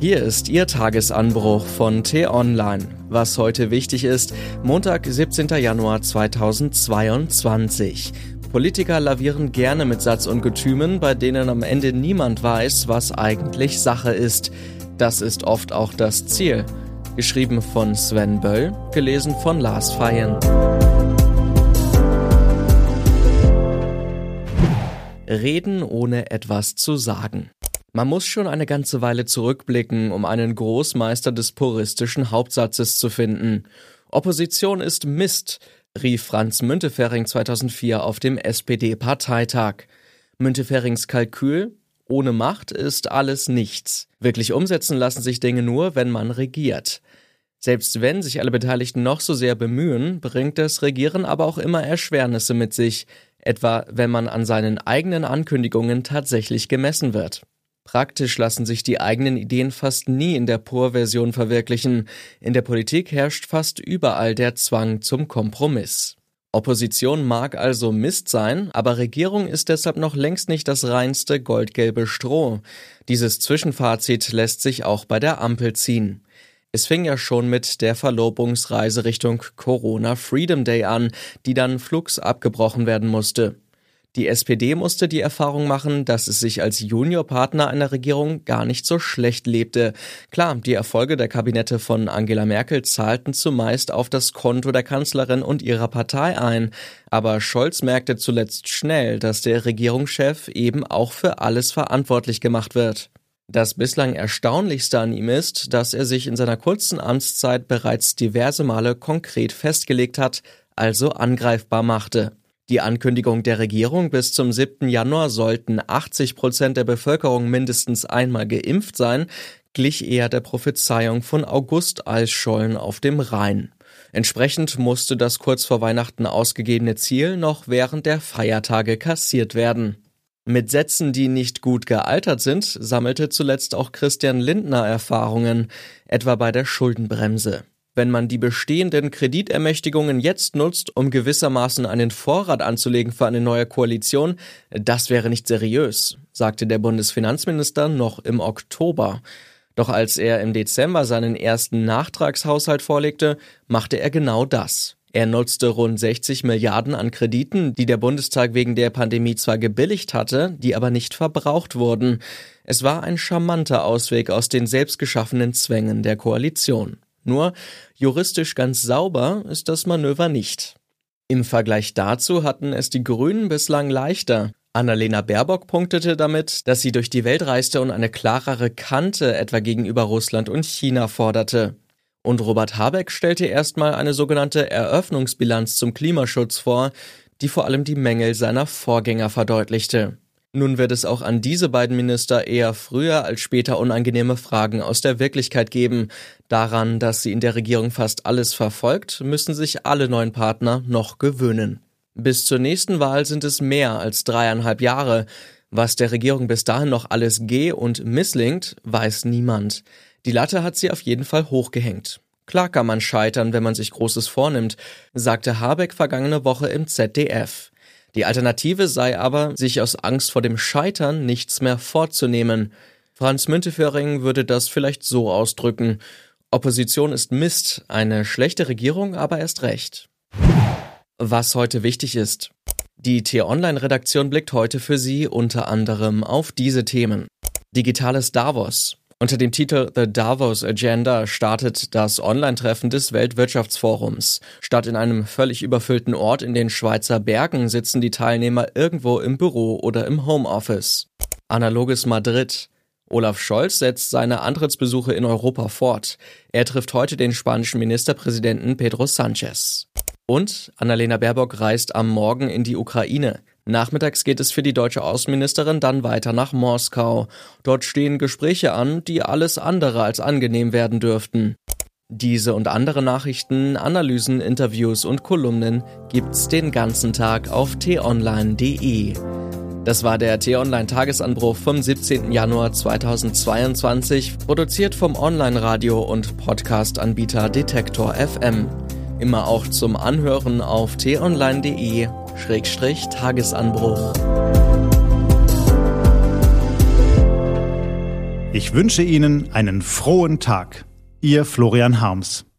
Hier ist Ihr Tagesanbruch von T-Online. Was heute wichtig ist, Montag, 17. Januar 2022. Politiker lavieren gerne mit Satzungetümen, bei denen am Ende niemand weiß, was eigentlich Sache ist. Das ist oft auch das Ziel. Geschrieben von Sven Böll, gelesen von Lars Feyen. Reden ohne etwas zu sagen. Man muss schon eine ganze Weile zurückblicken, um einen Großmeister des puristischen Hauptsatzes zu finden. Opposition ist Mist, rief Franz Müntefering 2004 auf dem SPD-Parteitag. Münteferings Kalkül: Ohne Macht ist alles nichts. Wirklich umsetzen lassen sich Dinge nur, wenn man regiert. Selbst wenn sich alle Beteiligten noch so sehr bemühen, bringt das Regieren aber auch immer Erschwernisse mit sich, etwa wenn man an seinen eigenen Ankündigungen tatsächlich gemessen wird. Praktisch lassen sich die eigenen Ideen fast nie in der Pur-Version verwirklichen. In der Politik herrscht fast überall der Zwang zum Kompromiss. Opposition mag also Mist sein, aber Regierung ist deshalb noch längst nicht das reinste goldgelbe Stroh. Dieses Zwischenfazit lässt sich auch bei der Ampel ziehen. Es fing ja schon mit der Verlobungsreise Richtung Corona Freedom Day an, die dann flugs abgebrochen werden musste. Die SPD musste die Erfahrung machen, dass es sich als Juniorpartner einer Regierung gar nicht so schlecht lebte. Klar, die Erfolge der Kabinette von Angela Merkel zahlten zumeist auf das Konto der Kanzlerin und ihrer Partei ein. Aber Scholz merkte zuletzt schnell, dass der Regierungschef eben auch für alles verantwortlich gemacht wird. Das bislang Erstaunlichste an ihm ist, dass er sich in seiner kurzen Amtszeit bereits diverse Male konkret festgelegt hat, also angreifbar machte. Die Ankündigung der Regierung, bis zum 7. Januar sollten 80% der Bevölkerung mindestens einmal geimpft sein, glich eher der Prophezeiung von August Eisschollen auf dem Rhein. Entsprechend musste das kurz vor Weihnachten ausgegebene Ziel noch während der Feiertage kassiert werden. Mit Sätzen, die nicht gut gealtert sind, sammelte zuletzt auch Christian Lindner Erfahrungen, etwa bei der Schuldenbremse. Wenn man die bestehenden Kreditermächtigungen jetzt nutzt, um gewissermaßen einen Vorrat anzulegen für eine neue Koalition, das wäre nicht seriös, sagte der Bundesfinanzminister noch im Oktober. Doch als er im Dezember seinen ersten Nachtragshaushalt vorlegte, machte er genau das. Er nutzte rund 60 Milliarden an Krediten, die der Bundestag wegen der Pandemie zwar gebilligt hatte, die aber nicht verbraucht wurden. Es war ein charmanter Ausweg aus den selbstgeschaffenen Zwängen der Koalition. Nur juristisch ganz sauber ist das Manöver nicht. Im Vergleich dazu hatten es die Grünen bislang leichter. Annalena Baerbock punktete damit, dass sie durch die Welt reiste und eine klarere Kante etwa gegenüber Russland und China forderte. Und Robert Habeck stellte erstmal eine sogenannte Eröffnungsbilanz zum Klimaschutz vor, die vor allem die Mängel seiner Vorgänger verdeutlichte. Nun wird es auch an diese beiden Minister eher früher als später unangenehme Fragen aus der Wirklichkeit geben. Daran, dass sie in der Regierung fast alles verfolgt, müssen sich alle neuen Partner noch gewöhnen. Bis zur nächsten Wahl sind es mehr als 3,5 Jahre. Was der Regierung bis dahin noch alles und misslingt, weiß niemand. Die Latte hat sie auf jeden Fall hochgehängt. Klar kann man scheitern, wenn man sich Großes vornimmt, sagte Habeck vergangene Woche im ZDF. Die Alternative sei aber, sich aus Angst vor dem Scheitern nichts mehr vorzunehmen. Franz Müntefering würde das vielleicht so ausdrücken: Opposition ist Mist, eine schlechte Regierung aber erst recht. Was heute wichtig ist. Die T-Online-Redaktion blickt heute für Sie unter anderem auf diese Themen. Digitales Davos. Unter dem Titel The Davos Agenda startet das Online-Treffen des Weltwirtschaftsforums. Statt in einem völlig überfüllten Ort in den Schweizer Bergen sitzen die Teilnehmer irgendwo im Büro oder im Homeoffice. Analoges Madrid. Olaf Scholz setzt seine Antrittsbesuche in Europa fort. Er trifft heute den spanischen Ministerpräsidenten Pedro Sánchez. Und Annalena Baerbock reist am Morgen in die Ukraine. Nachmittags geht es für die deutsche Außenministerin dann weiter nach Moskau. Dort stehen Gespräche an, die alles andere als angenehm werden dürften. Diese und andere Nachrichten, Analysen, Interviews und Kolumnen gibt's den ganzen Tag auf t-online.de. Das war der T-Online-Tagesanbruch vom 17. Januar 2022, produziert vom Online-Radio- und Podcast-Anbieter Detektor FM. Immer auch zum Anhören auf t-online.de/Tagesanbruch. Ich wünsche Ihnen einen frohen Tag. Ihr Florian Harms.